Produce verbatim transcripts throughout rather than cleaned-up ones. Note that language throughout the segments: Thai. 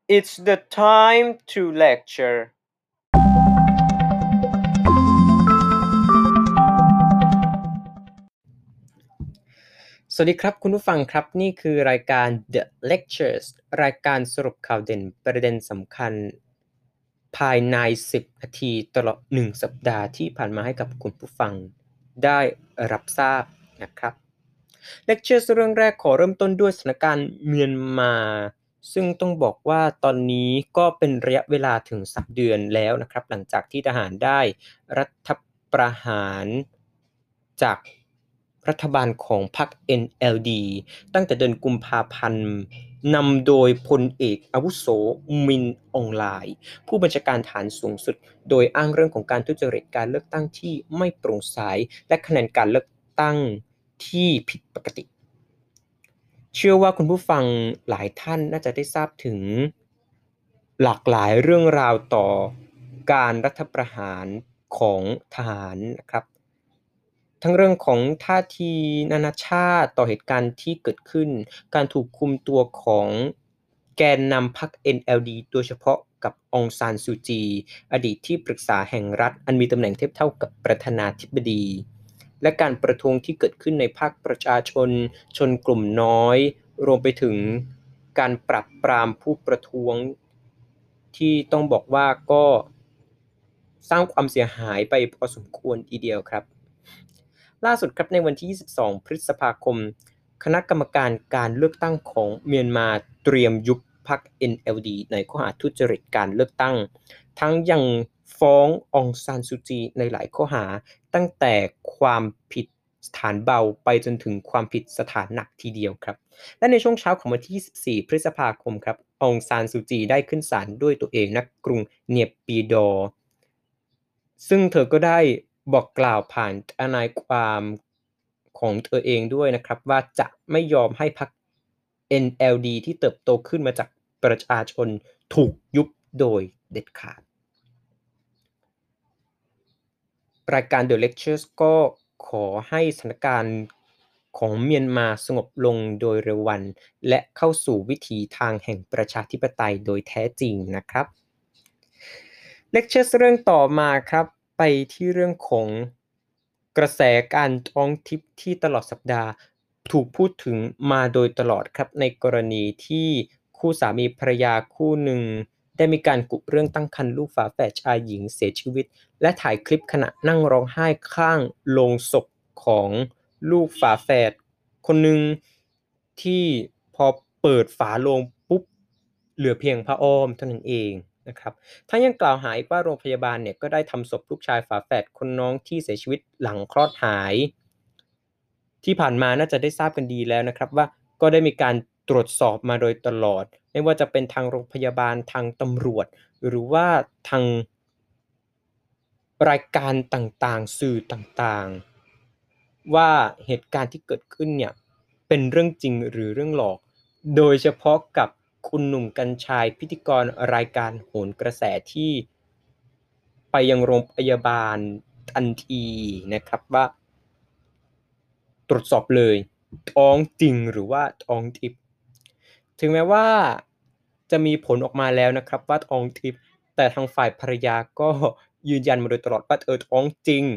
It's the time to lecture. สวัสดีครับคุณผู้ฟังครับนี่คือรายการ The Lectures รายการสรุปข่าวเด่นประเด็นสำคัญภายในสิบนาทีตลอดหนึ่งสัปดาห์ที่ผ่านมาให้กับคุณผู้ฟังได้รับทราบนะครับ Lectures เรื่องแรกขอเริ่มต้นด้วยสถานการณ์เมียนมาซึ่งต้องบอกว่าตอนนี้ก็เป็นระยะเวลาถึงสามเดือนแล้วนะครับหลังจากที่ทหารได้รัฐประหารจากรัฐบาลของพรรค เอ็น แอล ดี ตั้งแต่เดือนกุมภาพันธ์นำโดยพลเอกอาวุโสมินอองไลน์ผู้บัญชาการฐานสูงสุดโดยอ้างเรื่องของการทุจริตการเลือกตั้งที่ไม่โปร่งใสและคะแนนการเลือกตั้งที่ผิดปกติเชื่อว่าคุณผู้ฟังหลายท่านน่าจะได้ทราบถึงหลากหลายเรื่องราวต่อการรัฐประหารของทหารนะครับทั้งเรื่องของท่าทีนานาชาติต่อเหตุการณ์ที่เกิดขึ้นการถูกคุมตัวของแกนนำพรรค เอ็น แอล ดี โดยเฉพาะกับองซานซูจีอดีตที่ปรึกษาแห่งรัฐอันมีตำแหน่งเทียบเท่ากับประธานาธิบดีและการประท้วงที่เกิดขึ้นในภาคประชาชนชนกลุ่มน้อยรวมไปถึงการปราบปรามผู้ประท้วงที่ต้องบอกว่าก็สร้างความเสียหายไปพอสมควรทีเดียวครับล่าสุดครับในวันที่ยี่สิบสองพฤษภาคมคณะกรรมการการเลือกตั้งของเมียนมาเตรียมยุบพรรค เอ็น แอล ดี ในข้อหาทุจริตการเลือกตั้งทั้งยังฟ้ององซานซูจีในหลายข้อหาตั้งแต่ความผิดสถานเบาไปจนถึงความผิดสถานหนักทีเดียวครับและในช่วงเช้าของวันที่ยี่สิบสี่พฤษภาคมครับองซานซูจีได้ขึ้นศาลด้วยตัวเองณกรุงเนียปีดอร์ซึ่งเธอก็ได้บอกกล่าวผ่านทนายความของเธอเองด้วยนะครับว่าจะไม่ยอมให้พรรค เอ็น แอล ดี ที่เติบโตขึ้นมาจากประชาชนถูกยุบโดยเด็ดขาดรายการ The Lectures ก็ขอให้สถานการณ์ของเมียนมาสงบลงโดยเร็ววันและเข้าสู่วิถีทางแห่งประชาธิปไตยโดยแท้จริงนะครับ Lectures เรื่องต่อมาครับไปที่เรื่องของกระแสการท้องทิพย์ที่ตลอดสัปดาห์ถูกพูดถึงมาโดยตลอดครับในกรณีที่คู่สามีภรรยาคู่หนึ่งได้มีการกุเรื่องตั้งครรภ์ลูกฝาแฝดชายหญิงเสียชีวิตและถ่ายคลิปขณะนั่งร้องไห้ข้างโลงศพของลูกฝาแฝดคนหนึ่งที่พอเปิดฝาโลงปุ๊บเหลือเพียงผ้าอ้อมเท่านั้นเองนะครับทั้งยังกล่าวหาอีกว่าโรงพยาบาลเนี่ยก็ได้ทำศพลูกชายฝาแฝดคนน้องที่เสียชีวิตหลังคลอดหายที่ผ่านมาน่าจะได้ทราบกันดีแล้วนะครับว่าก็ได้มีการตรวจสอบมาโดยตลอดไม่ว่าจะเป็นทางโรงพยาบาลทางตำรวจหรือว่าทางรายการต่างๆสื่อต่างๆว่าเหตุการณ์ที่เกิดขึ้นเนี่ยเป็นเรื่องจริงหรือเรื่องหลอกโดยเฉพาะกับคุณหนุ่มกรรชัยพิธีกรรายการโหนกระแสที่ไปยังโรงพยาบาลทันทีนะครับว่าตรวจสอบเลยท้องจริงหรือว่าท้องทิพย์ถึงแม้ว่าจะมีผลออกมาแล้วนะครับว่าท้องทิพย์แต่ทางฝ่ายภรรยาก็ยืนยันมาโดยตลอดว่าเธอท้องจริง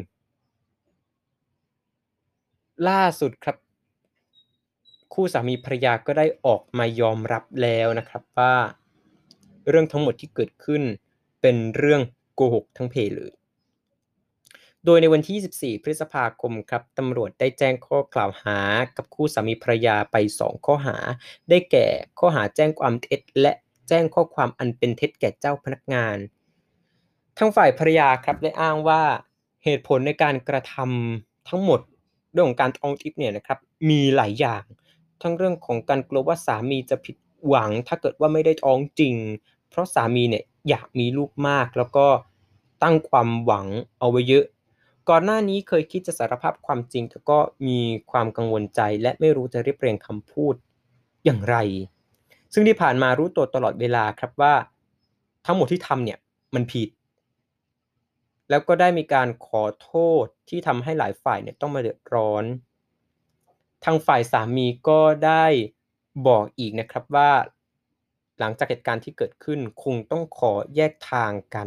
ล่าสุดครับคู่สามีภรรยาก็ได้ออกมายอมรับแล้วนะครับว่าเรื่องทั้งหมดที่เกิดขึ้นเป็นเรื่องโกหกทั้งเพเลยโดยในวันที่ยี่สิบสี่พฤษภาคมครับตำรวจได้แจ้งข้อกล่าวหากับคู่สามีภรรยาไปสองข้อหาได้แก่ข้อหาแจ้งความเท็จและแจ้งข้อความอันเป็นเท็จแก่เจ้าพนักงานทางฝ่ายภรรยาครับได้อ้างว่าเหตุผลในการกระทำทั้งหมดเรื่องของการท้องทิพย์เนี่ยนะครับมีหลายอย่างทั้งเรื่องของการกลัวว่าสามีจะผิดหวังถ้าเกิดว่าไม่ได้ท้องจริงเพราะสามีเนี่ยอยากมีลูกมากแล้วก็ตั้งความหวังเอาไว้เยอะก่อนหน้านี้เคยคิดจะสารภาพความจริงแต่ก็มีความกังวลใจและไม่รู้จะเรียบเรียงคำพูดอย่างไรซึ่งที่ผ่านมารู้ตัวตลอดเวลาครับว่าทั้งหมดที่ทำเนี่ยมันผิดแล้วก็ได้มีการขอโทษที่ทำให้หลายฝ่ายเนี่ยต้องมาเดือดร้อนทางฝ่ายสามีก็ได้บอกอีกนะครับว่าหลังจากเหตุการณ์ที่เกิดขึ้นคงต้องขอแยกทางกัน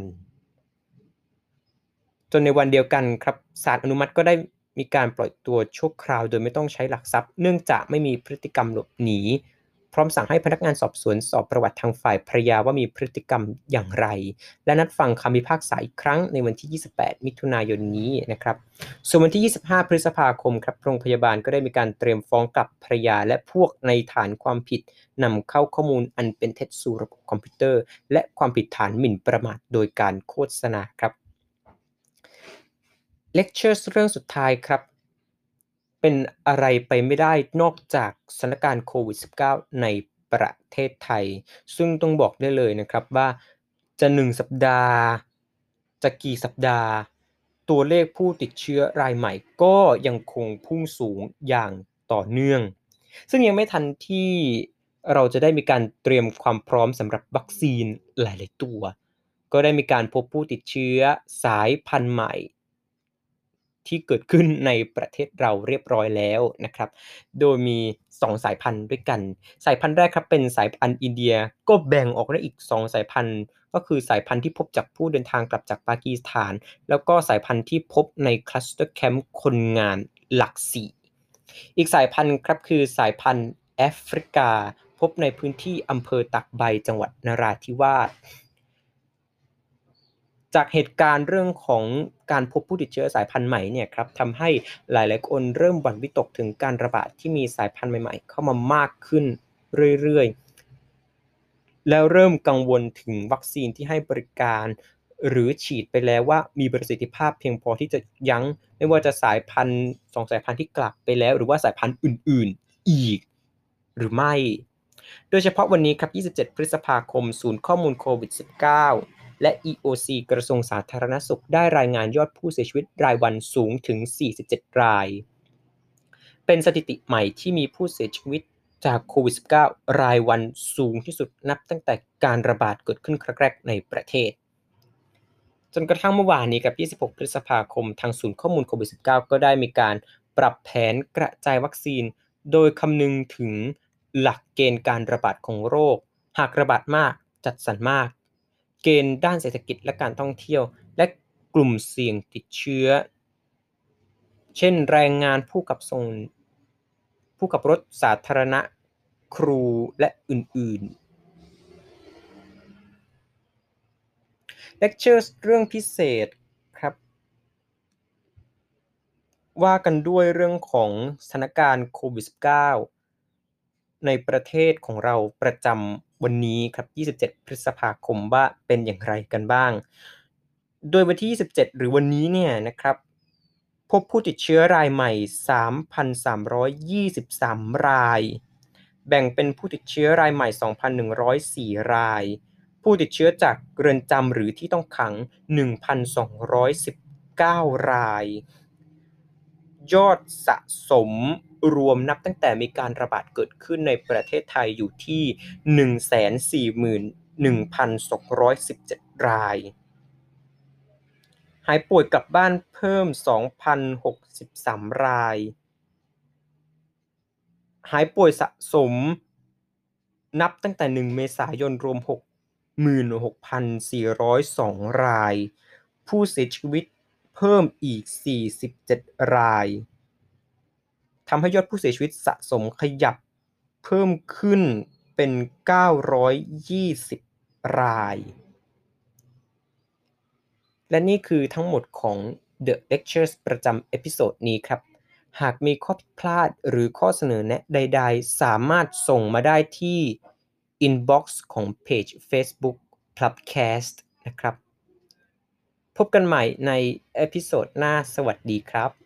จนในวันเดียวกันครับศาลอนุมัติก็ได้มีการปล่อยตัวชั่วคราวโดยไม่ต้องใช้หลักทรัพย์เนื่องจากไม่มีพฤติกรรมหลบหนีพร้อมสั่งให้พนักงานสอบสวนสอบประวัติทางฝ่ายภรรยาว่ามีพฤติกรรมอย่างไรและนัดฟังคำพิพากษาอีกครั้งในวันที่ยี่สิบแปดมิถุนายนนี้นะครับส่วนวันที่ยี่สิบห้าพฤษภาคมครับโรงพยาบาลก็ได้มีการเตรียมฟ้องกลับภรรยาและพวกในฐานความผิดนำเข้าข้อมูลอันเป็นเท็จสู่ระบบคอมพิวเตอร์และความผิดฐานหมิ่นประมาทโดยการโฆษณาครับเลคเชอร์เรื่องสุดท้ายครับเป็นอะไรไปไม่ได้นอกจากสถานการณ์โควิด สิบเก้า ในประเทศไทยซึ่งต้องบอกได้เลยนะครับว่าจะหนึ่งสัปดาห์จะกี่สัปดาห์ตัวเลขผู้ติดเชื้อรายใหม่ก็ยังคงพุ่งสูงอย่างต่อเนื่องซึ่งยังไม่ทันที่เราจะได้มีการเตรียมความพร้อมสำหรับวัคซีนหลายๆตัวก็ได้มีการพบผู้ติดเชื้อสายพันธุ์ใหม่ที่เกิดขึ้นในประเทศเราเรียบร้อยแล้วนะครับโดยมีสองสายพันธุ์ด้วยกันสายพันธุ์แรกครับเป็นสายพันธุ์อินเดียก็แบ่งออกได้อีกสองสายพันธุ์ก็คือสายพันธุ์ที่พบจากผู้เดินทางกลับจากปากีสถานแล้วก็สายพันธุ์ที่พบในคลัสเตอร์แคมป์คนงานหลักสี่อีกสายพันธุ์ครับคือสายพันธุ์แอฟริกาพบในพื้นที่อำเภอตากใบจังหวัดนราธิวาสจากเหตุการณ์เรื่องของการพบผู้ติดเชื้อสายพันธุ์ใหม่เนี่ยครับทำให้หลายๆคนเริ่มหวั่นวิตกถึงการระบาดที่มีสายพันธุ์ใหม่ๆเข้ามามากขึ้นเรื่อยๆแล้วเริ่มกังวลถึงวัคซีนที่ให้บริการหรือฉีดไปแล้วว่ามีประสิทธิภาพเพียงพอที่จะยั้งไม่ว่าจะสายพันธุ์สองสายพันธุ์ที่กลับไปแล้วหรือว่าสายพันธุ์อื่นๆอีกหรือไม่โดยเฉพาะวันนี้ครับยี่สิบเจ็ดพฤษภาคมศูนย์ข้อมูลโควิด สิบเก้าและ อี โอ ซี กระทรวงสาธารณสุขได้รายงานยอดผู้เสียชีวิตรายวันสูงถึงสี่สิบเจ็ดรายเป็นสถิติใหม่ที่มีผู้เสียชีวิตจากโควิด สิบเก้า รายวันสูงที่สุดนับตั้งแต่การระบาดเกิดขึ้นครั้งแรกในประเทศจนกระทั่งเมื่อวานนี้กับยี่สิบหกพฤษภาคมทางศูนย์ข้อมูลโควิด สิบเก้า ก็ได้มีการปรับแผนกระจายวัคซีนโดยคำนึงถึงหลักเกณฑ์การระบาดของโรคหากระบาดมากจัดสรรมากเกณฑ์ด้านเศรษฐกิจและการท่องเที่ยวและกลุ่มเสี่ยงติดเชื้อเช่นแรงงานผู้ขับส่งผู้ขับรถสาธารณะครูและอื่นๆ Lectures เรื่องพิเศษครับว่ากันด้วยเรื่องของสถานการณ์โควิด สิบเก้า ในประเทศของเราประจำวันนี้ครับยี่สิบเจ็ดพฤษภาคมว่าเป็นอย่างไรกันบ้างโดยวันที่ยี่สิบเจ็ดหรือวันนี้เนี่ยนะครับพบผู้ติดเชื้อรายใหม่ สามพันสามร้อยยี่สิบสาม รายแบ่งเป็นผู้ติดเชื้อรายใหม่ สองพันหนึ่งร้อยสี่ รายผู้ติดเชื้อจากเรือนจำหรือที่ต้องขัง หนึ่งพันสองร้อยสิบเก้า รายยอดสะสมรวมนับตั้งแต่มีการระบาดเกิดขึ้นในประเทศไทยอยู่ที่ หนึ่งแสนสี่หมื่นหนึ่งพันสองร้อยสิบเจ็ด รายหายป่วยกลับบ้านเพิ่ม สองพันหกสิบสาม รายหายป่วยสะสมนับตั้งแต่หนึ่งเมษายนรวม หกหมื่นหกพันสี่ร้อยสอง รายผู้เสียชีวิตเพิ่มอีกสี่สิบเจ็ดรายทำให้ยอดผู้เสียชีวิตสะสมขยับเพิ่มขึ้นเป็นเก้าร้อยยี่สิบรายและนี่คือทั้งหมดของ The Lectures ประจำเอพิโซดนี้ครับหากมีข้อผิดพลาดหรือข้อเสนอแนะใดๆสามารถส่งมาได้ที่ inbox ของเพจ Facebook Pubcast นะครับพบกันใหม่ในเอพิโซดหน้าสวัสดีครับ